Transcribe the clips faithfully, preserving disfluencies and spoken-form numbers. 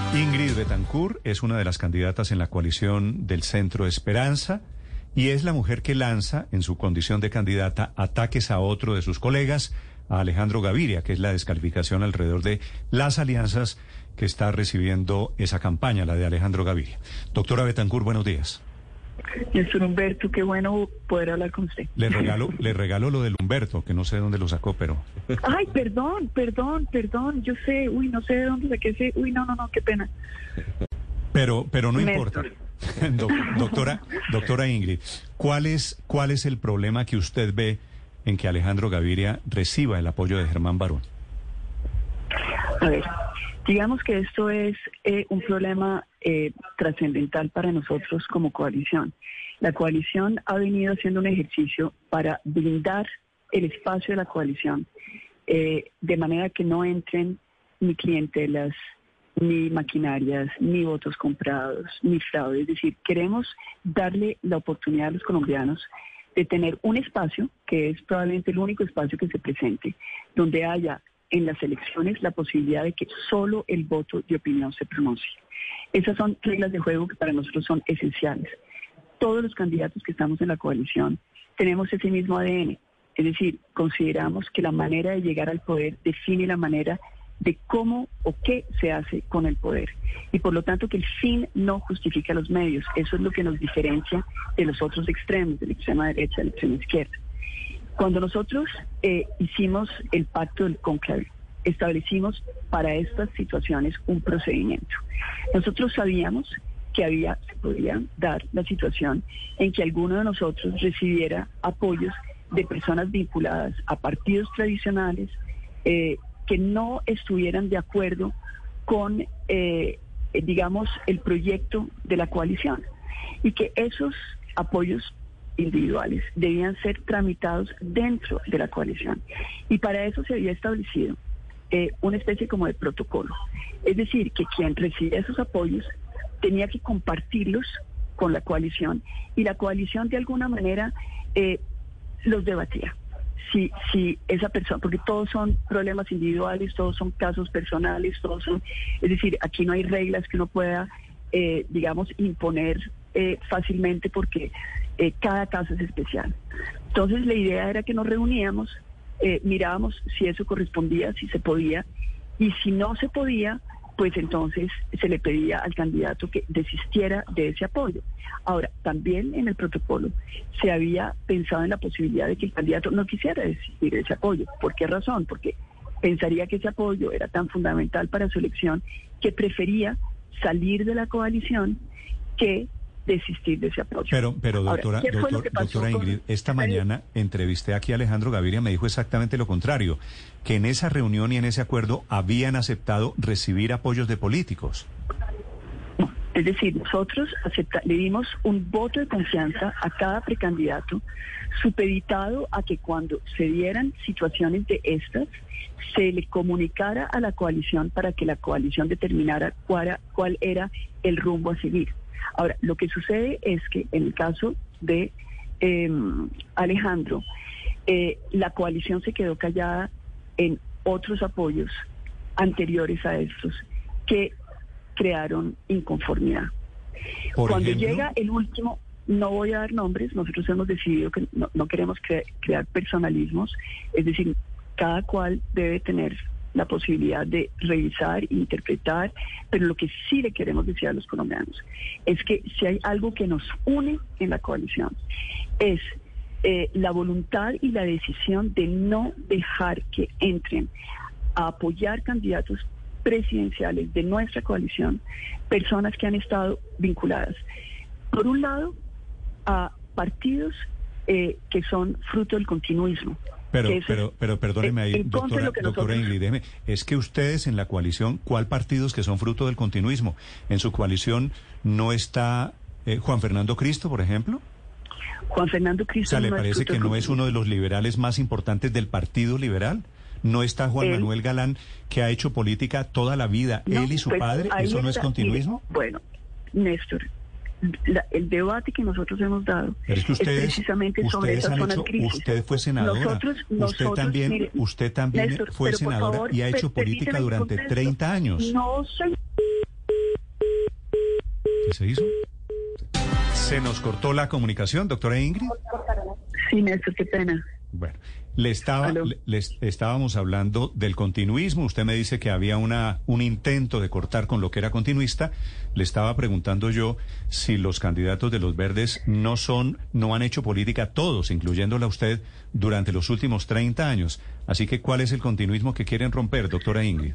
Ingrid Betancourt es una de las candidatas en la coalición del Centro Esperanza y es la mujer que lanza, en su condición de candidata, ataques a otro de sus colegas, a Alejandro Gaviria, que es la descalificación alrededor de las alianzas que está recibiendo esa campaña, la de Alejandro Gaviria. Doctora Betancourt, buenos días. Néstor Humberto, qué bueno poder hablar con usted. Le regalo, le regalo lo del Humberto, que no sé de dónde lo sacó, pero... Ay, perdón, perdón, perdón, yo sé, uy, no sé de dónde saqué ese, uy, no, no, no, qué pena. Pero, pero no Néstor. importa. Do- doctora, doctora Ingrid, ¿cuál es, cuál es el problema que usted ve en que Alejandro Gaviria reciba el apoyo de Germán Barón? A ver, digamos que esto es eh, un problema eh, trascendental para nosotros como coalición. La coalición ha venido haciendo un ejercicio para blindar el espacio de la coalición, eh, de manera que no entren ni clientelas, ni maquinarias, ni votos comprados, ni fraude. Es decir, queremos darle la oportunidad a los colombianos de tener un espacio, que es probablemente el único espacio que se presente, donde haya en las elecciones la posibilidad de que solo el voto de opinión se pronuncie. Esas son reglas de juego que para nosotros son esenciales. Todos los candidatos que estamos en la coalición tenemos ese mismo A D N, es decir, consideramos que la manera de llegar al poder define la manera de cómo o qué se hace con el poder. Y por lo tanto que el fin no justifica los medios. Eso es lo que nos diferencia de los otros extremos, de la extrema derecha, de la extrema izquierda. Cuando nosotros eh, hicimos el pacto del cónclave, establecimos para estas situaciones un procedimiento. Nosotros sabíamos que había, se podía dar la situación en que alguno de nosotros recibiera apoyos de personas vinculadas a partidos tradicionales eh, que no estuvieran de acuerdo con, eh, digamos, el proyecto de la coalición, y que esos apoyos individuales debían ser tramitados dentro de la coalición. Y para eso se había establecido eh, una especie como de protocolo. Es decir, que quien recibía esos apoyos tenía que compartirlos con la coalición, y la coalición de alguna manera eh, los debatía. Si, si esa persona, porque todos son problemas individuales, todos son casos personales, todos son, es decir, aquí no hay reglas que uno pueda, eh, digamos, imponer eh, fácilmente, porque eh, cada caso es especial. Entonces la idea era que nos reuníamos, eh, mirábamos si eso correspondía, si se podía, y si no se podía, pues entonces se le pedía al candidato que desistiera de ese apoyo. Ahora, también en el protocolo se había pensado en la posibilidad de que el candidato no quisiera desistir de ese apoyo. ¿Por qué razón? Porque pensaría que ese apoyo era tan fundamental para su elección que prefería salir de la coalición que desistir de ese apoyo. Pero, pero doctora, Ahora, doctor, doctora Ingrid, con... esta mañana entrevisté aquí a Alejandro Gaviria, me dijo exactamente lo contrario, que en esa reunión y en ese acuerdo habían aceptado recibir apoyos de políticos. Es decir, nosotros acepta, le dimos un voto de confianza a cada precandidato, supeditado a que cuando se dieran situaciones de estas, se le comunicara a la coalición para que la coalición determinara cuál, cuál era el rumbo a seguir. Ahora, lo que sucede es que en el caso de eh, Alejandro, eh, la coalición se quedó callada en otros apoyos anteriores a estos que crearon inconformidad. Por Cuando ejemplo, llega el último, no voy a dar nombres, nosotros hemos decidido que no, no queremos cre- crear personalismos, es decir, cada cual debe tener la posibilidad de revisar, interpretar, pero lo que sí le queremos decir a los colombianos es que si hay algo que nos une en la coalición es eh, la voluntad y la decisión de no dejar que entren a apoyar candidatos presidenciales de nuestra coalición personas que han estado vinculadas, por un lado, a partidos eh, que son fruto del continuismo. Pero, pero, pero perdóneme ahí, doctora, nosotros... doctora Ingrid, déjeme, es que ustedes en la coalición, ¿cuál partidos que son fruto del continuismo? ¿En su coalición no está eh, Juan Fernando Cristo, por ejemplo? Juan Fernando Cristo. O sea, ¿le no parece que no es uno de los liberales más importantes del Partido Liberal? ¿No está Juan él, Manuel Galán, que ha hecho política toda la vida, no, él y su pues, padre? ¿Eso está, no es continuismo? Mire, bueno, Néstor, la, el debate que nosotros hemos dado es, que ustedes, es precisamente ustedes sobre esa zona hecho, crisis. Usted fue senadora, nosotros, usted nosotros, también, mire, usted también Néstor, fue senadora favor, y ha hecho política durante treinta años. No soy... ¿Qué se hizo? ¿Se nos cortó la comunicación, doctora Ingrid? Sí, Néstor, qué pena. Bueno, le estaba, le, le estábamos hablando del continuismo. Usted me dice que había una un intento de cortar con lo que era continuista. Le estaba preguntando yo si los candidatos de los Verdes no son, no han hecho política todos, incluyéndola a usted, durante los últimos treinta años. Así que, ¿cuál es el continuismo que quieren romper, doctora Ingrid?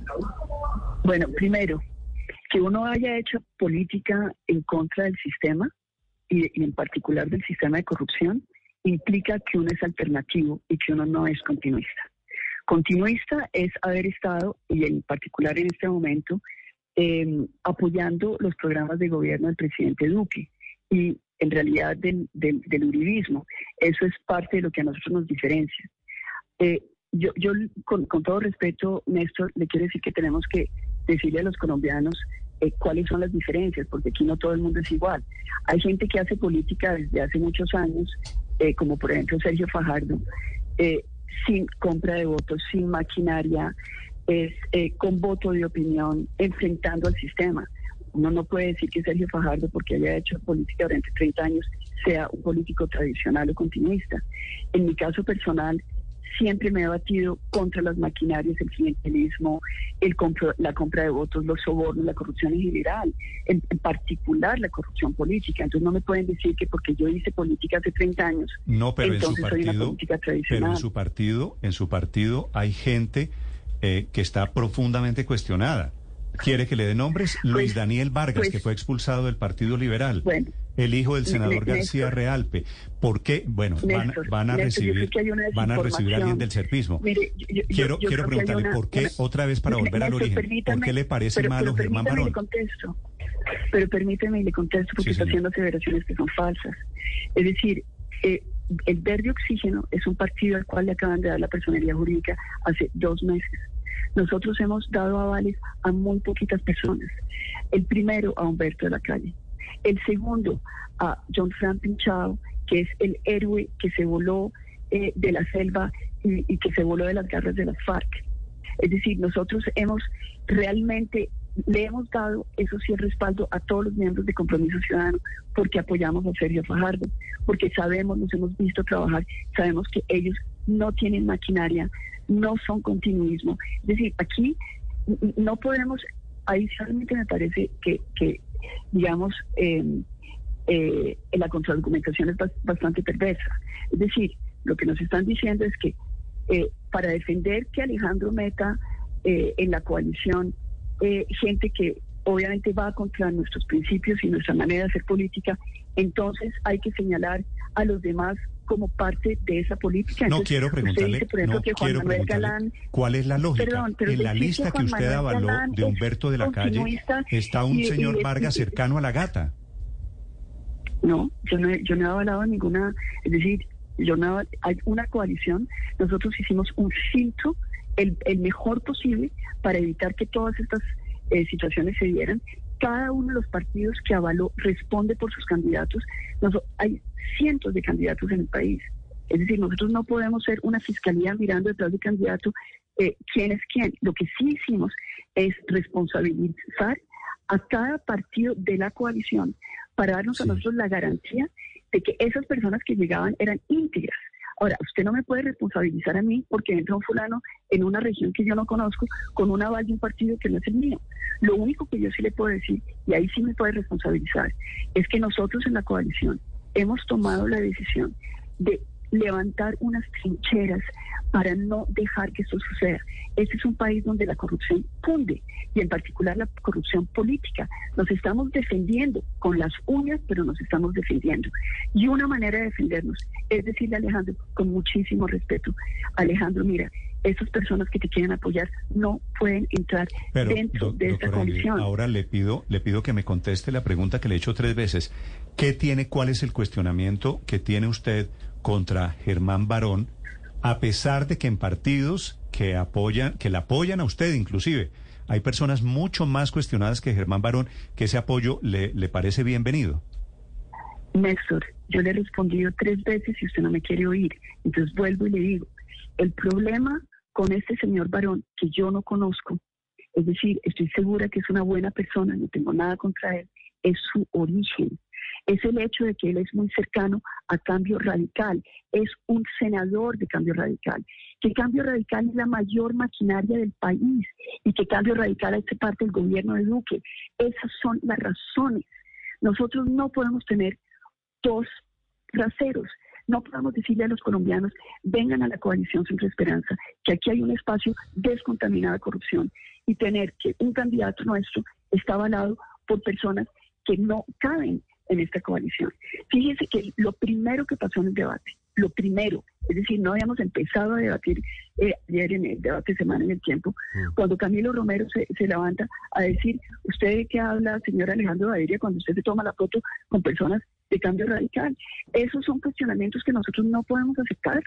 Bueno, primero, que uno haya hecho política en contra del sistema y, y en particular del sistema de corrupción, implica que uno es alternativo y que uno no es continuista. Continuista es haber estado, y en particular en este momento, eh, apoyando los programas de gobierno del presidente Duque y en realidad del, del, del uribismo. Eso es parte de lo que a nosotros nos diferencia. Eh, yo, yo con, con todo respeto, Néstor, le quiero decir que tenemos que decirle a los colombianos eh, cuáles son las diferencias, porque aquí no todo el mundo es igual. Hay gente que hace política desde hace muchos años, Eh, como por ejemplo Sergio Fajardo, eh, sin compra de votos, sin maquinaria, es eh, con voto de opinión, enfrentando al sistema. Uno no puede decir que Sergio Fajardo, porque haya hecho política durante treinta años, sea un político tradicional o continuista. En mi caso personal, siempre me he batido contra las maquinarias, el clientelismo, el compro, la compra de votos, los sobornos, la corrupción en general, en, en particular la corrupción política. Entonces no me pueden decir que porque yo hice política hace treinta años, no, pero entonces en su soy una partido, política tradicional. pero en su partido, en su partido hay gente eh, que está profundamente cuestionada. ¿Quiere que le dé nombres? Luis Pues, Daniel Vargas, pues, que fue expulsado del Partido Liberal. Bueno, el hijo del senador Néstor, García Realpe. ¿Por qué? Bueno, van, Néstor, van a Néstor, yo recibir, creo que hay una van a recibir a alguien del serpismo. Mire, yo- yo- quiero yo quiero creo que hay preguntarle una- por qué, una- otra vez para volver al Néstor, origen, ¿por permítame, qué le parece pero, malo pero Germán permítame y Barón? le contesto. Pero permíteme y le contesto porque Sí, está señor. haciendo aseveraciones que son falsas. Es decir, eh, el Verde Oxígeno es un partido al cual le acaban de dar la personería jurídica hace dos meses. Nosotros hemos dado avales a muy poquitas personas. El primero a Humberto de la Calle. El segundo a John Frank Pinchao, que es el héroe que se voló eh, de la selva y, y que se voló de las garras de las FARC. Es decir, nosotros hemos realmente, le hemos dado, eso sí, el respaldo a todos los miembros de Compromiso Ciudadano, porque apoyamos a Sergio Fajardo, porque sabemos, nos hemos visto trabajar, sabemos que ellos no tienen maquinaria, no son continuismo. Es decir, aquí n- no podemos, ahí solamente me parece que, que digamos, eh, eh, la contraargumentación es bas- bastante perversa. Es decir, lo que nos están diciendo es que eh, para defender que Alejandro meta eh, en la coalición eh, gente que obviamente va contra nuestros principios y nuestra manera de hacer política, entonces hay que señalar a los demás como parte de esa política. No Entonces, quiero usted preguntarle, dice, por ejemplo, no que Juan quiero Manuel preguntarle Galán, cuál es la lógica. Perdón, pero en la decir que lista que Juan usted Manuel avaló Galán de es Humberto de la Calle continuista está un y- señor y- Vargas y- cercano a la gata. No, yo no, he- yo no he avalado ninguna, es decir, yo no he- hay una coalición, nosotros hicimos un filtro, el, el mejor posible, para evitar que todas estas eh, situaciones se dieran. Cada uno de los partidos que avaló responde por sus candidatos. Noso- hay cientos de candidatos en el país. Es decir, nosotros no podemos ser una fiscalía mirando detrás del candidato eh, quién es quién. Lo que sí hicimos es responsabilizar a cada partido de la coalición para darnos Sí. a nosotros la garantía de que esas personas que llegaban eran íntegras. Ahora, usted no me puede responsabilizar a mí porque entra un fulano en una región que yo no conozco con un aval de un partido que no es el mío. Lo único que yo sí le puedo decir, y ahí sí me puede responsabilizar, es que nosotros en la coalición hemos tomado la decisión de levantar unas trincheras para no dejar que esto suceda. Este es un país donde la corrupción cunde, y en particular la corrupción política. Nos estamos defendiendo con las uñas, pero nos estamos defendiendo. Y una manera de defendernos es decirle a Alejandro, con muchísimo respeto, Alejandro, mira, estas personas que te quieren apoyar no pueden entrar Pero, dentro doc- de esta doctora Ingrid, coalición. ahora le pido, le pido que me conteste la pregunta que le he hecho tres veces. ¿Qué tiene, cuál es el cuestionamiento que tiene usted contra Germán Barón, a pesar de que en partidos que apoyan, que la apoyan a usted inclusive, hay personas mucho más cuestionadas que Germán Barón, que ese apoyo le, le parece bienvenido? Néstor, yo le he respondido tres veces y usted no me quiere oír. Entonces vuelvo y le digo, el problema con este señor Barón, que yo no conozco, es decir, estoy segura que es una buena persona, no tengo nada contra él, es su origen, es el hecho de que él es muy cercano a Cambio Radical, es un senador de Cambio Radical, que Cambio Radical es la mayor maquinaria del país y que Cambio Radical hace parte del gobierno de Duque. Esas son las razones. Nosotros no podemos tener dos traseros. No podemos decirle a los colombianos, vengan a la coalición Centro Esperanza, que aquí hay un espacio descontaminado de corrupción, y tener que un candidato nuestro está avalado por personas que no caben en esta coalición. Fíjense que lo primero que pasó en el debate, lo primero, es decir, no habíamos empezado a debatir eh, ayer en el debate de Semana en el Tiempo, mm. cuando Camilo Romero se, se levanta a decir, ¿usted de qué habla, señor Alejandro Gaviria, cuando usted se toma la foto con personas de Cambio Radical? Esos son cuestionamientos que nosotros no podemos aceptar.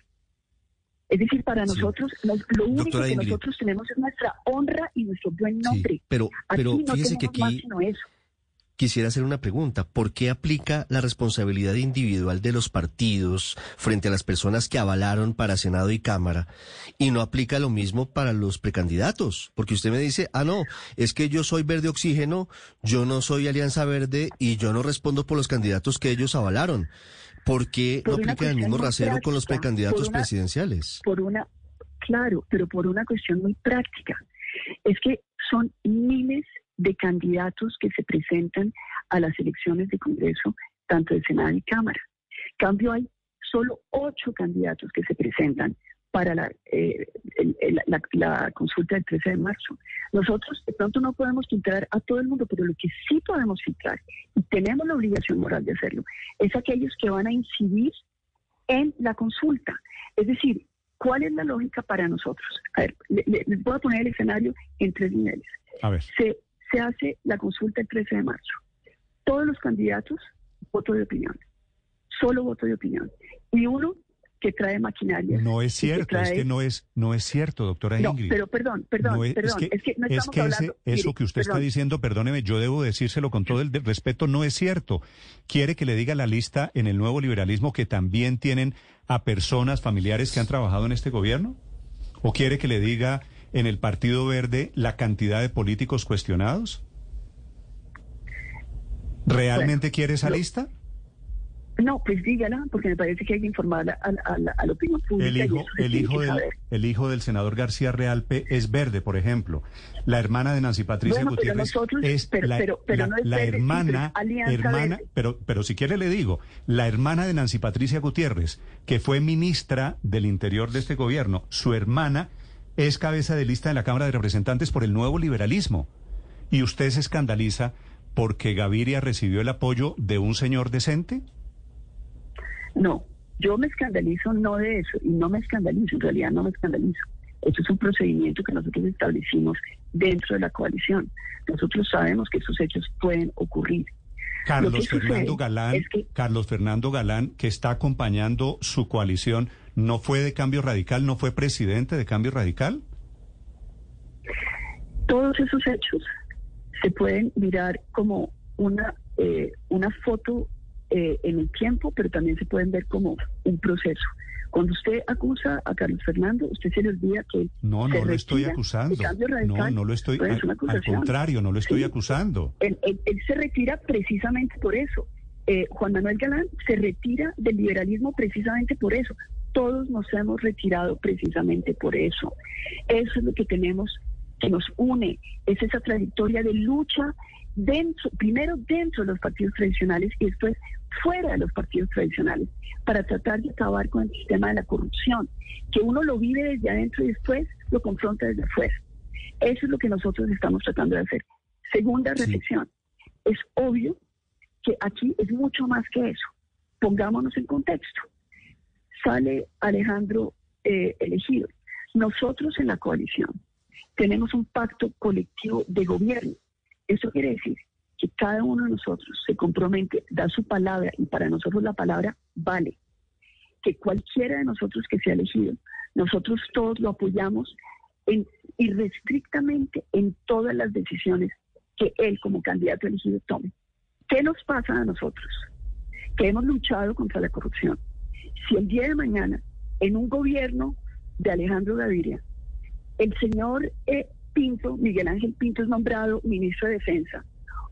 Es decir, para sí. nosotros, lo, lo único Doctora que Ingrid. nosotros tenemos es nuestra honra y nuestro buen nombre. Sí, pero, pero aquí no fíjese tenemos que aquí... más sino eso. Quisiera hacer una pregunta. ¿Por qué aplica la responsabilidad individual de los partidos frente a las personas que avalaron para Senado y Cámara y no aplica lo mismo para los precandidatos? Porque usted me dice, ah, no, es que yo soy Verde Oxígeno, yo no soy Alianza Verde y yo no respondo por los candidatos que ellos avalaron. ¿Por qué por no aplica el mismo rasero práctica, con los precandidatos una, presidenciales? Por una, claro, pero por una cuestión muy práctica. Es que son miles de candidatos que se presentan a las elecciones de Congreso, tanto de Senado y Cámara. En cambio, hay solo ocho candidatos que se presentan para la, eh, el, el, la, la consulta del trece de marzo. Nosotros de pronto no podemos filtrar a todo el mundo, pero lo que sí podemos filtrar, y tenemos la obligación moral de hacerlo, es aquellos que van a incidir en la consulta. Es decir, ¿cuál es la lógica para nosotros? A ver, le, le, les voy a poner el escenario en tres niveles. A ver. Se, se hace la consulta el trece de marzo. Todos los candidatos, voto de opinión. Solo voto de opinión. Y uno que trae maquinaria. No es cierto, que trae... es que no es, no es cierto, doctora no, Ingrid. Pero perdón, perdón, no es, perdón. Es que, es que, no es que ese, eso que usted perdón. está diciendo, perdóneme, yo debo decírselo con todo el respeto, no es cierto. ¿Quiere que le diga la lista en el nuevo liberalismo que también tienen a personas familiares que han trabajado en este gobierno? ¿O quiere que le diga en el Partido Verde la cantidad de políticos cuestionados? ¿Realmente bueno, quiere esa no, lista? No, pues dígala, porque me parece que hay que informar a, a, a, a la opinión pública. El hijo, el, hijo del, el hijo del senador García Realpe es verde, por ejemplo. La hermana de Nancy Patricia bueno, Gutiérrez nosotros, es pero, la, pero, pero la, no es la verde, hermana, sí, hermana pero, pero si quiere le digo, la hermana de Nancy Patricia Gutiérrez, que fue ministra del Interior de este gobierno, su hermana es cabeza de lista de la Cámara de Representantes por el nuevo liberalismo. ¿Y usted se escandaliza porque Gaviria recibió el apoyo de un señor decente? No, yo me escandalizo no de eso, y no me escandalizo, en realidad no me escandalizo. Esto es un procedimiento que nosotros establecimos dentro de la coalición. Nosotros sabemos que esos hechos pueden ocurrir. Carlos Fernando Galán, es que, Carlos Fernando Galán, que está acompañando su coalición, ¿no fue de Cambio Radical, no fue presidente de Cambio Radical? Todos esos hechos se pueden mirar como una, eh, una foto eh, en el tiempo, pero también se pueden ver como un proceso. Cuando usted acusa a Carlos Fernando, usted se le olvida que no, no lo estoy acusando. No, no lo estoy. Al, al contrario, no lo estoy sí. acusando. Él, él, él se retira precisamente por eso. Eh, Juan Manuel Galán se retira del liberalismo precisamente por eso. Todos nos hemos retirado precisamente por eso. Eso es lo que tenemos que nos une, es esa trayectoria de lucha dentro, primero dentro de los partidos tradicionales y después fuera de los partidos tradicionales, para tratar de acabar con el sistema de la corrupción, que uno lo vive desde adentro y después lo confronta desde afuera. Eso es lo que nosotros estamos tratando de hacer. Segunda reflexión, sí. Es obvio que aquí es mucho más que eso. Pongámonos en contexto. Sale Alejandro eh, elegido. Nosotros en la coalición tenemos un pacto colectivo de gobierno. Eso quiere decir que cada uno de nosotros se compromete, da su palabra, y para nosotros la palabra vale. Que cualquiera de nosotros que sea elegido, nosotros todos lo apoyamos en, irrestrictamente en todas las decisiones que él como candidato elegido tome. ¿Qué nos pasa a nosotros? Que hemos luchado contra la corrupción. Si el día de mañana, en un gobierno de Alejandro Gaviria, el señor eh, Pinto, Miguel Ángel Pinto, es nombrado ministro de Defensa,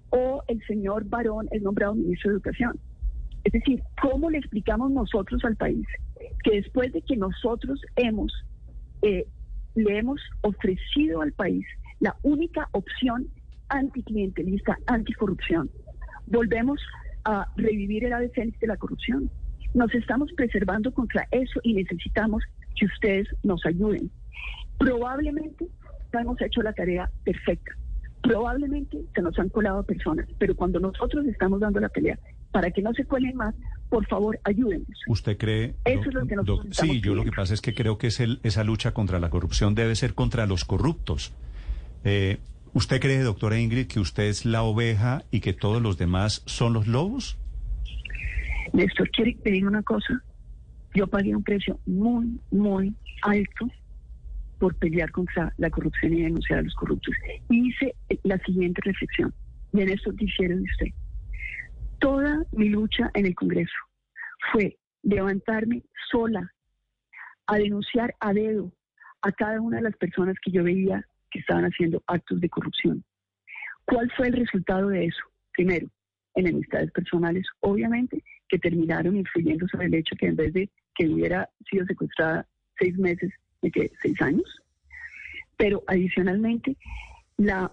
o el señor Barón es nombrado ministro de Educación. Es decir, ¿cómo le explicamos nosotros al país que después de que nosotros hemos eh, le hemos ofrecido al país la única opción anticlientelista, anticorrupción, volvemos a revivir el ave fénix de la corrupción? Nos estamos preservando contra eso y necesitamos que ustedes nos ayuden. Probablemente no hemos hecho la tarea perfecta, probablemente se nos han colado personas, pero cuando nosotros estamos dando la pelea para que no se cuelen más, por favor, ayúdenos. ¿Usted cree? Eso do, es lo que nosotros do, estamos Sí, yo pidiendo. lo que pasa es que creo que es el, esa lucha contra la corrupción debe ser contra los corruptos. Eh, ¿Usted cree, doctora Ingrid, que usted es la oveja y que todos los demás son los lobos? Néstor, quiere pedir una cosa. Yo pagué un precio muy, muy alto por pelear contra la corrupción y denunciar a los corruptos. Y hice la siguiente reflexión, y en esto difiero de usted. Toda mi lucha en el Congreso fue levantarme sola a denunciar a dedo a cada una de las personas que yo veía que estaban haciendo actos de corrupción. ¿Cuál fue el resultado de eso? Primero, enemistades personales, obviamente, que terminaron influyendo sobre el hecho que en vez de que hubiera sido secuestrada seis meses, de que seis años. Pero adicionalmente, la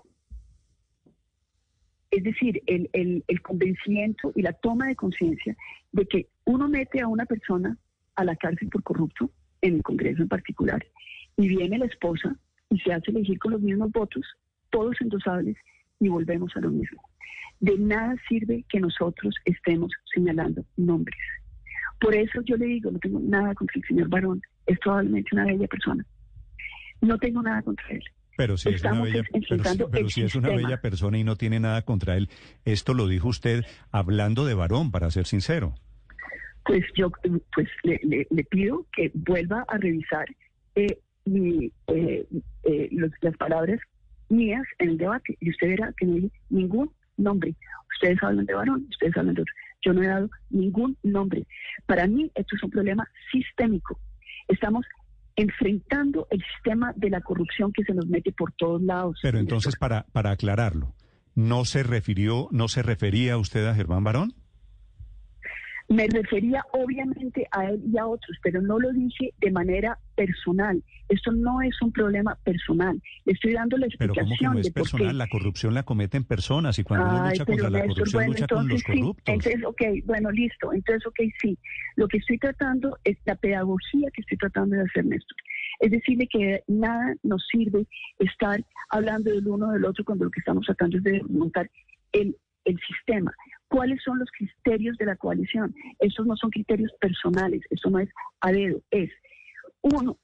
es decir, el, el, el convencimiento y la toma de conciencia de que uno mete a una persona a la cárcel por corrupto, en el Congreso en particular, y viene la esposa y se hace elegir con los mismos votos, todos endosables, y volvemos a lo mismo. De nada sirve que nosotros estemos señalando nombres. Por eso yo le digo, no tengo nada contra el señor Barón, es probablemente una bella persona. No tengo nada contra él. Pero si, es una, bella, pero, si, pero si es una bella persona y no tiene nada contra él, esto lo dijo usted hablando de Barón, para ser sincero. Pues yo pues le, le, le pido que vuelva a revisar eh, mi, eh, eh, los, las palabras mías en el debate, y usted verá que no hay ningún nombre. Ustedes hablan de Barón, ustedes hablan de otro. Yo no he dado ningún nombre. Para mí esto es un problema sistémico. Estamos enfrentando el sistema de la corrupción que se nos mete por todos lados. Pero entonces, para, para aclararlo, ¿no se refirió, no se refería usted a Germán Barón? Me refería obviamente a él y a otros, pero no lo dije de manera personal. Esto no es un problema personal. Le estoy dando la explicación. Pero ¿cómo que no es de por personal? qué. La corrupción la cometen personas y cuando uno Ay, lucha pero contra la Néstor, corrupción bueno, lucha con los entonces corruptos. Sí, entonces, ok, bueno, listo. Entonces, ok, sí. Lo que estoy tratando es la pedagogía que estoy tratando de hacer, Néstor. Es decirle que nada nos sirve estar hablando del uno o del otro cuando lo que estamos tratando es de desmontar el, el sistema. ¿Cuáles son los criterios de la coalición? Estos no son criterios personales, esto no es a dedo, es uno,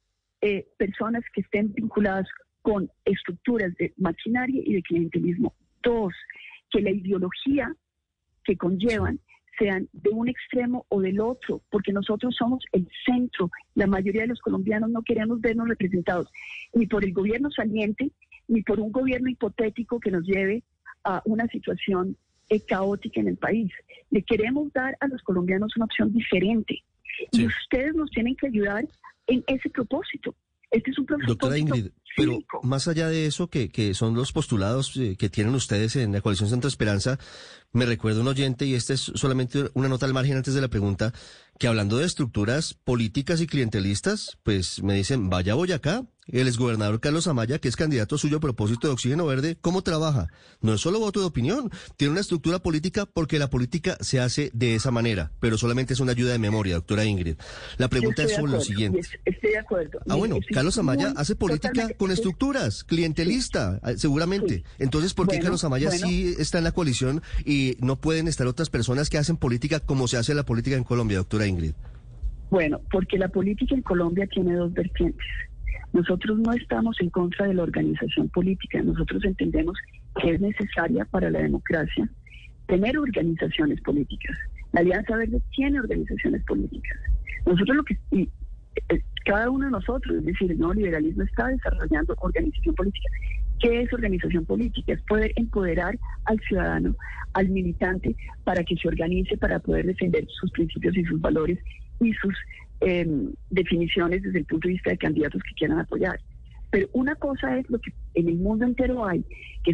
eh, personas que estén vinculadas con estructuras de maquinaria y de clientelismo. Dos, que la ideología que conllevan sean de un extremo o del otro, porque nosotros somos el centro. La mayoría de los colombianos no queremos vernos representados ni por el gobierno saliente, ni por un gobierno hipotético que nos lleve a una situación eh, caótica en el país. Le queremos dar a los colombianos una opción diferente. Sí. Y ustedes nos tienen que ayudar en ese propósito. Este es un propósito. Doctora Ingrid, pero más allá de eso, que, que son los postulados eh, que tienen ustedes en la coalición Centro Esperanza, me recuerda un oyente, y esta es solamente una nota al margen antes de la pregunta, que hablando de estructuras políticas y clientelistas, pues me dicen, vaya Boyacá, el exgobernador Carlos Amaya, que es candidato suyo a propósito de Oxígeno Verde, ¿cómo trabaja? No es solo voto de opinión, tiene una estructura política porque la política se hace de esa manera, pero solamente es una ayuda de memoria, doctora Ingrid. La pregunta es sobre acuerdo, lo siguiente. Estoy de acuerdo. Ah, bueno, estoy Carlos Amaya muy, hace política con estructuras, clientelista, sí. seguramente. Sí. Entonces, ¿por qué bueno, Carlos Amaya bueno. sí está en la coalición y no pueden estar otras personas que hacen política como se hace la política en Colombia, doctora Ingrid? Bueno, porque la política en Colombia tiene dos vertientes. Nosotros no estamos en contra de la organización política. Nosotros entendemos que es necesaria para la democracia tener organizaciones políticas. La Alianza Verde tiene organizaciones políticas. Nosotros lo que... Y, eh, cada uno de nosotros, es decir, el nuevo liberalismo está desarrollando organización política. ¿Qué es organización política? Es poder empoderar al ciudadano, al militante, para que se organice, para poder defender sus principios y sus valores y sus eh, definiciones desde el punto de vista de candidatos que quieran apoyar. Pero una cosa es lo que en el mundo entero hay, que son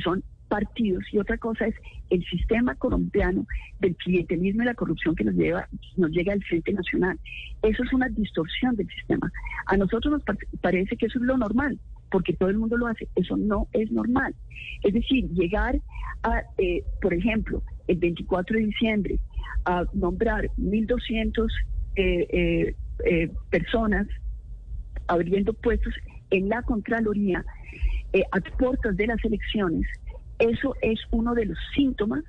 partidos y otra cosa es el sistema colombiano del clientelismo y la corrupción que nos lleva nos llega al Frente Nacional. Eso es una distorsión del sistema. A nosotros nos parece que eso es lo normal, porque todo el mundo lo hace. Eso no es normal. Es decir, llegar a, eh, por ejemplo, el veinticuatro de diciembre, a nombrar mil doscientas eh, eh, eh, personas abriendo puestos en la Contraloría eh, a puertas de las elecciones, eso es uno de los síntomas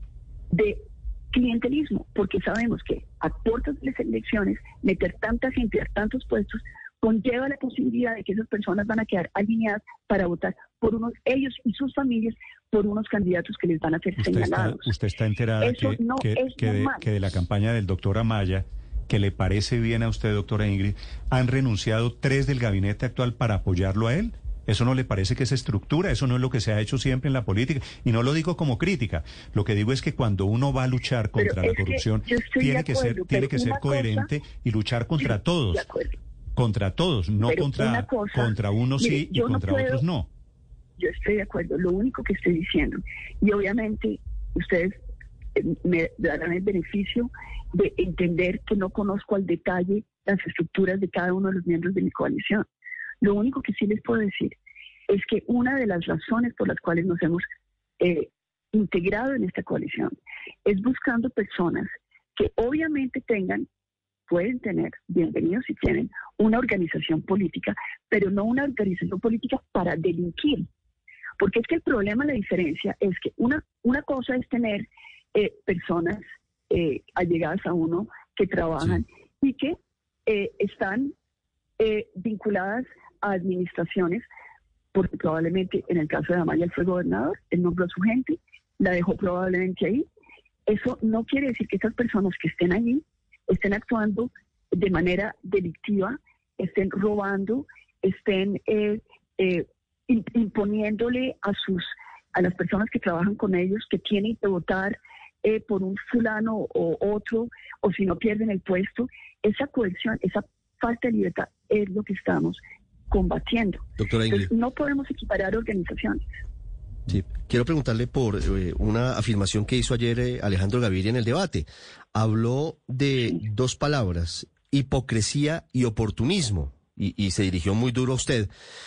de clientelismo, porque sabemos que a puertas de las elecciones meter tanta gente a tantos puestos conlleva la posibilidad de que esas personas van a quedar alineadas para votar por unos, ellos y sus familias, por unos candidatos que les van a ser usted señalados. Está, usted está enterada Eso que, no que, es que, de, que de la campaña del doctor Amaya, que le parece bien a usted, doctora Ingrid, han renunciado tres del gabinete actual para apoyarlo a él. ¿Eso no le parece que es estructura? Eso no es lo que se ha hecho siempre en la política. Y no lo digo como crítica. Lo que digo es que cuando uno va a luchar contra la corrupción, tiene que ser, tiene que ser coherente y luchar contra todos. Contra todos, no contra, cosa, contra unos mire, sí y contra no puedo, otros no. Yo estoy de acuerdo. Lo único que estoy diciendo, y obviamente ustedes eh, me darán el beneficio de entender que no conozco al detalle las estructuras de cada uno de los miembros de mi coalición. Lo único que sí les puedo decir es que una de las razones por las cuales nos hemos eh, integrado en esta coalición es buscando personas que obviamente tengan, pueden tener, bienvenidos si tienen, una organización política, pero no una organización política para delinquir. Porque es que el problema, la diferencia, es que una, una cosa es tener eh, personas eh, allegadas a uno que trabajan sí. y que eh, están eh, vinculadas a administraciones, porque probablemente en el caso de Amaya él fue gobernador, él nombró a su gente, la dejó probablemente ahí. Eso no quiere decir que estas personas que estén allí estén actuando de manera delictiva, estén robando, estén eh, eh, imponiéndole a sus a las personas que trabajan con ellos que tienen que votar eh, por un fulano o otro, o si no pierden el puesto. Esa coerción, esa falta de libertad es lo que estamos combatiendo. Doctora Ingrid. Entonces, no podemos equiparar organizaciones. Sí, quiero preguntarle por eh, una afirmación que hizo ayer eh, Alejandro Gaviria en el debate. Habló de sí. dos palabras, hipocresía y oportunismo, y, y se dirigió muy duro a usted.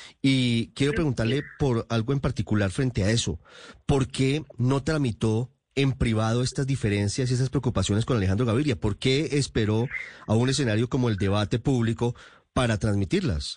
Y quiero preguntarle por algo en particular frente a eso. ¿Por qué no tramitó en privado estas diferencias y esas preocupaciones con Alejandro Gaviria? ¿Por qué esperó a un escenario como el debate público para transmitirlas?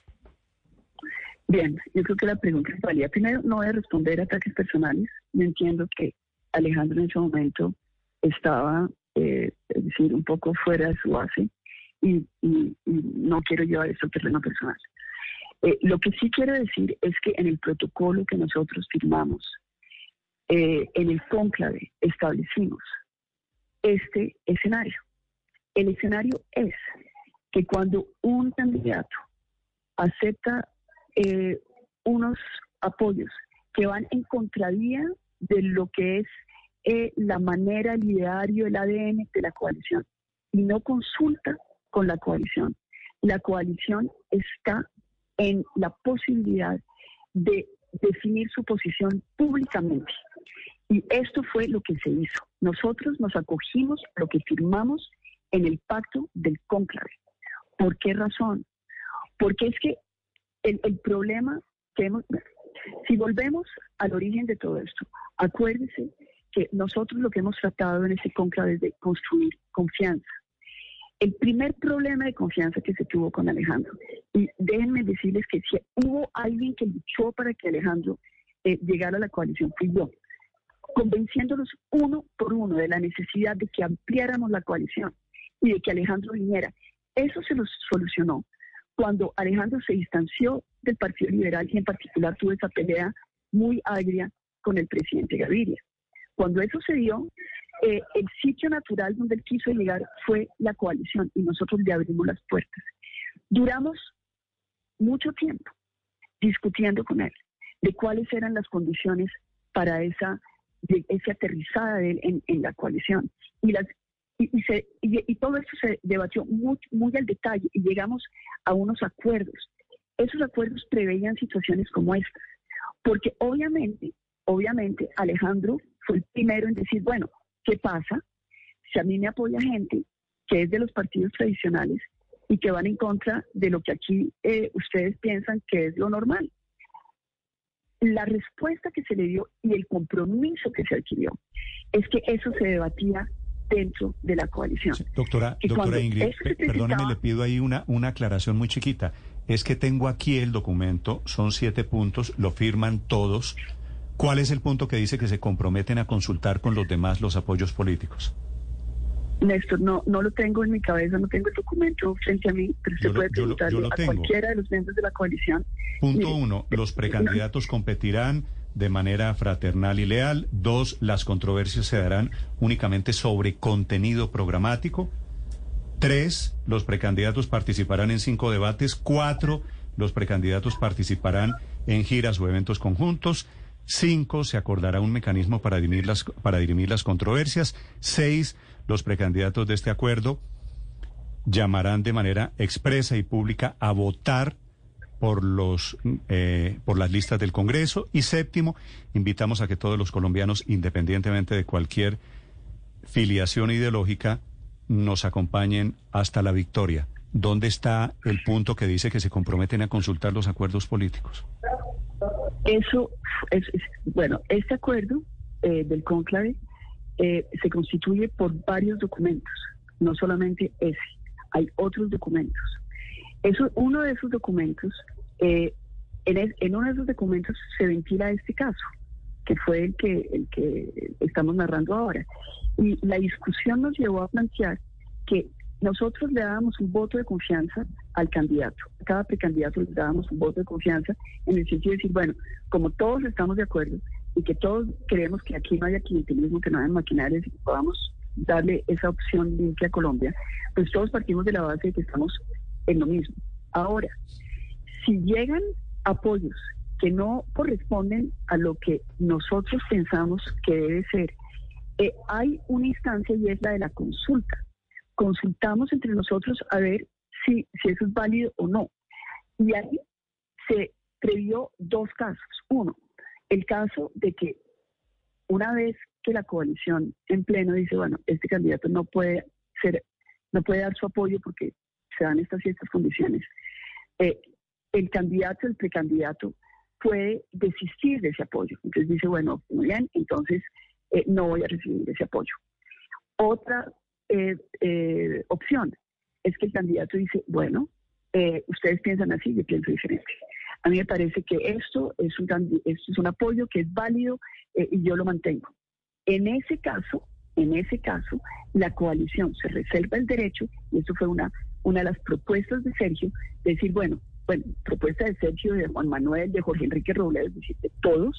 Bien, yo creo que la pregunta es válida. Primero, no voy a responder a ataques personales. Yo entiendo que Alejandro en ese momento estaba, eh, es decir, un poco fuera de su base y, y, y no quiero llevar eso al terreno personal. Eh, lo que sí quiero decir es que en el protocolo que nosotros firmamos, eh, en el cónclave establecimos este escenario. El escenario es que cuando un candidato acepta Eh, unos apoyos que van en contravía de lo que es eh, la manera, el ideario, el A D N de la coalición, y no consulta con la coalición. La coalición está en la posibilidad de definir su posición públicamente. Y esto fue lo que se hizo. Nosotros nos acogimos a lo que firmamos en el pacto del cónclave. ¿Por qué razón? Porque es que El, el problema que hemos... Si volvemos al origen de todo esto, acuérdense que nosotros lo que hemos tratado en ese cónclave es de construir confianza. El primer problema de confianza que se tuvo con Alejandro, y déjenme decirles que si hubo alguien que luchó para que Alejandro eh, llegara a la coalición, fui yo, convenciéndolos uno por uno de la necesidad de que ampliáramos la coalición y de que Alejandro viniera. Eso se los solucionó cuando Alejandro se distanció del Partido Liberal y en particular tuvo esa pelea muy agria con el presidente Gaviria. Cuando eso se dio, eh, el sitio natural donde él quiso llegar fue la coalición y nosotros le abrimos las puertas. Duramos mucho tiempo discutiendo con él de cuáles eran las condiciones para esa, de, esa aterrizada de él en, en la coalición. Y las Y, y, se, y, y todo esto se debatió muy, muy al detalle y llegamos a unos acuerdos. Esos acuerdos preveían situaciones como estas, porque obviamente obviamente Alejandro fue el primero en decir, bueno, ¿qué pasa si a mí me apoya gente que es de los partidos tradicionales y que van en contra de lo que aquí eh, ustedes piensan que es lo normal? La respuesta que se le dio y el compromiso que se adquirió es que eso se debatía dentro de la coalición. Sí, doctora, doctora Ingrid, perdóneme, le pido ahí una, una aclaración muy chiquita. Es que tengo aquí el documento, son siete puntos, lo firman todos. ¿Cuál es el punto que dice que se comprometen a consultar con los demás los apoyos políticos? Néstor, no, no lo tengo en mi cabeza, no tengo el documento frente a mí, pero se puede preguntarle a cualquiera de los miembros de la coalición. Punto Mire, uno, los precandidatos competirán de manera fraternal y leal. Dos, las controversias se darán únicamente sobre contenido programático. Tres, los precandidatos participarán en cinco debates. Cuatro, los precandidatos participarán en giras o eventos conjuntos. Cinco, se acordará un mecanismo para dirimir las, para dirimir las controversias. Seis, los precandidatos de este acuerdo llamarán de manera expresa y pública a votar por los eh, por las listas del Congreso. Y séptimo, invitamos a que todos los colombianos, independientemente de cualquier filiación ideológica, nos acompañen hasta la victoria. ¿Dónde está el punto que dice que se comprometen a consultar los acuerdos políticos? Eso es, es bueno, este acuerdo eh, del cónclave eh, se constituye por varios documentos, no solamente ese, hay otros documentos. Eso, uno de esos documentos, eh, en, es, en uno de esos documentos se ventila este caso, que fue el que, el que estamos narrando ahora. Y la discusión nos llevó a plantear que nosotros le dábamos un voto de confianza al candidato. A cada precandidato le dábamos un voto de confianza en el sentido de decir, bueno, como todos estamos de acuerdo y que todos creemos que aquí no haya clientelismo, que no haya maquinarias y que podamos darle esa opción limpia a Colombia, pues todos partimos de la base de que estamos en lo mismo. Ahora, si llegan apoyos que no corresponden a lo que nosotros pensamos que debe ser, eh, hay una instancia y es la de la consulta. Consultamos entre nosotros a ver si, si eso es válido o no. Y ahí se previó dos casos. Uno, el caso de que una vez que la coalición en pleno dice, bueno, este candidato no puede ser, no puede dar su apoyo porque se dan estas y estas condiciones, eh, el candidato, el precandidato, puede desistir de ese apoyo. Entonces dice, bueno, muy bien, entonces eh, no voy a recibir ese apoyo. Otra eh, eh, opción es que el candidato dice, bueno, eh, ustedes piensan así, yo pienso diferente. A mí me parece que esto es un, esto es un apoyo que es válido eh, y yo lo mantengo. En ese caso, en ese caso, la coalición se reserva el derecho, y esto fue una, una de las propuestas de Sergio, de decir, bueno, bueno, propuesta de Sergio, de Juan Manuel, de Jorge Enrique Robledo, es decir, de todos,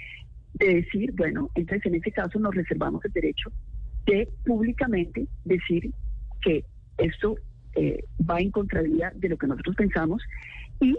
de decir, bueno, entonces en ese caso nos reservamos el derecho de públicamente decir que esto eh, va en contravía de lo que nosotros pensamos y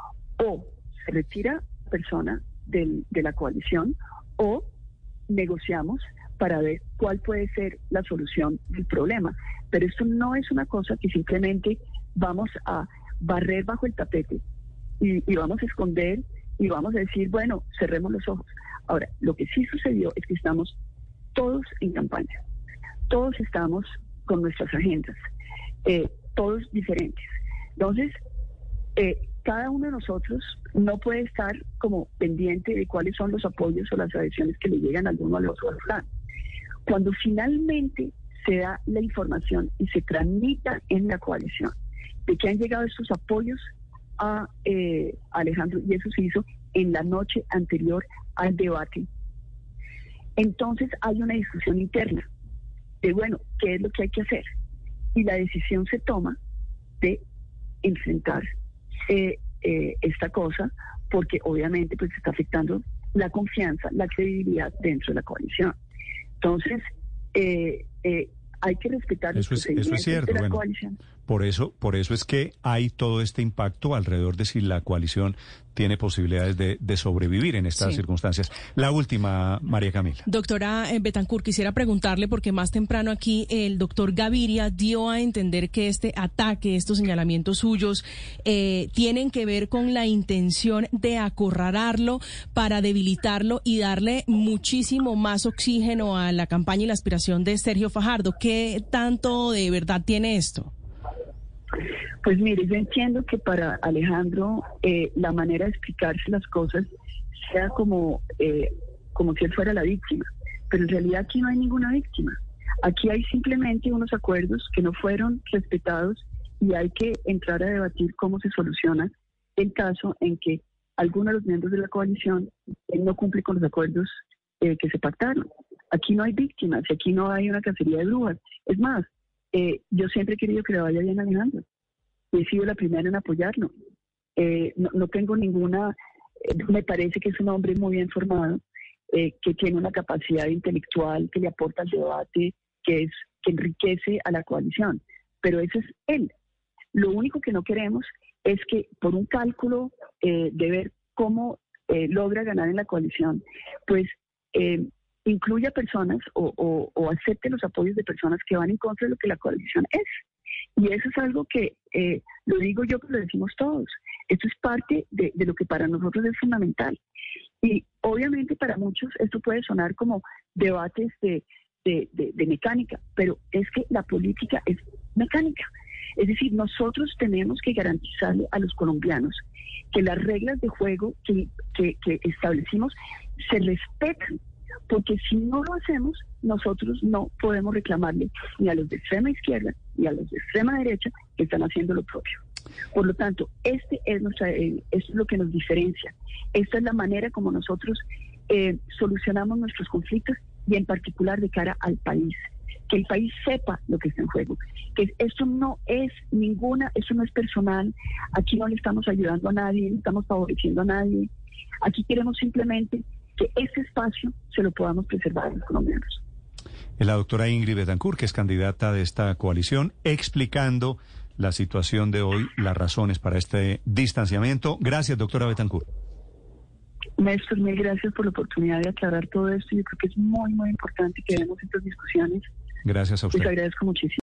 o se retira la persona del, de la coalición o negociamos para ver cuál puede ser la solución del problema. Pero esto no es una cosa que simplemente vamos a barrer bajo el tapete y, y vamos a esconder y vamos a decir, bueno, cerremos los ojos. Ahora, lo que sí sucedió es que estamos todos en campaña, todos estamos con nuestras agendas, eh, todos diferentes. Entonces, eh, cada uno de nosotros no puede estar como pendiente de cuáles son los apoyos o las adhesiones que le llegan al uno al otro al plan. Cuando finalmente se da la información y se tramita en la coalición de que han llegado estos apoyos a eh, Alejandro, y eso se hizo en la noche anterior al debate, entonces hay una discusión interna de, bueno, ¿qué es lo que hay que hacer? Y la decisión se toma de enfrentar eh, eh, esta cosa, porque obviamente pues está afectando la confianza, la credibilidad dentro de la coalición. Entonces, eh, eh, hay que respetar eso los es, eso es cierto, de la bueno, coalición. Por eso, por eso es que hay todo este impacto alrededor de si la coalición tiene posibilidades de, de sobrevivir en estas sí. circunstancias. La última, María Camila. Doctora Betancourt, quisiera preguntarle, porque más temprano aquí el doctor Gaviria dio a entender que este ataque, estos señalamientos suyos, eh, tienen que ver con la intención de acorralarlo para debilitarlo y darle muchísimo más oxígeno a la campaña y la aspiración de Sergio Fajardo. ¿Qué tanto de verdad tiene esto? Pues mire, yo entiendo que para Alejandro eh, la manera de explicarse las cosas sea como, eh, como si él fuera la víctima, pero en realidad aquí no hay ninguna víctima. Aquí hay simplemente unos acuerdos que no fueron respetados y hay que entrar a debatir cómo se soluciona el caso en que algunos de los miembros de la coalición eh, no cumplen con los acuerdos eh, que se pactaron. Aquí no hay víctimas, aquí no hay una cacería de brujas. Es más, eh, yo siempre he querido que le vaya bien a Alejandro. He sido la primera en apoyarlo. Eh, no, no tengo ninguna... Eh, me parece que es un hombre muy bien formado, eh, que tiene una capacidad intelectual, que le aporta al debate, que, es, que enriquece a la coalición. Pero ese es él. Lo único que no queremos es que por un cálculo eh, de ver cómo eh, logra ganar en la coalición, pues eh, incluya personas o, o, o acepte los apoyos de personas que van en contra de lo que la coalición es. Y eso es algo que, eh, lo digo yo, que lo decimos todos. Esto es parte de, de lo que para nosotros es fundamental. Y obviamente para muchos esto puede sonar como debates de, de, de, de mecánica, pero es que la política es mecánica. Es decir, nosotros tenemos que garantizarle a los colombianos que las reglas de juego que, que, que establecimos se respetan. Porque si no lo hacemos, nosotros no podemos reclamarle ni a los de extrema izquierda ni a los de extrema derecha que están haciendo lo propio. Por lo tanto, este es nuestra, eh, esto es lo que nos diferencia. Esta es la manera como nosotros eh, solucionamos nuestros conflictos y en particular de cara al país. Que el país sepa lo que está en juego. Que esto no es ninguna, esto no es personal. Aquí no le estamos ayudando a nadie, no estamos favoreciendo a nadie. Aquí queremos simplemente que ese espacio se lo podamos preservar a los colombianos. La doctora Ingrid Betancourt, que es candidata de esta coalición, explicando la situación de hoy, las razones para este distanciamiento. Gracias, doctora Betancourt. Néstor, mil gracias por la oportunidad de aclarar todo esto. Yo creo que es muy, muy importante que demos estas discusiones. Gracias a usted. Les agradezco muchísimo.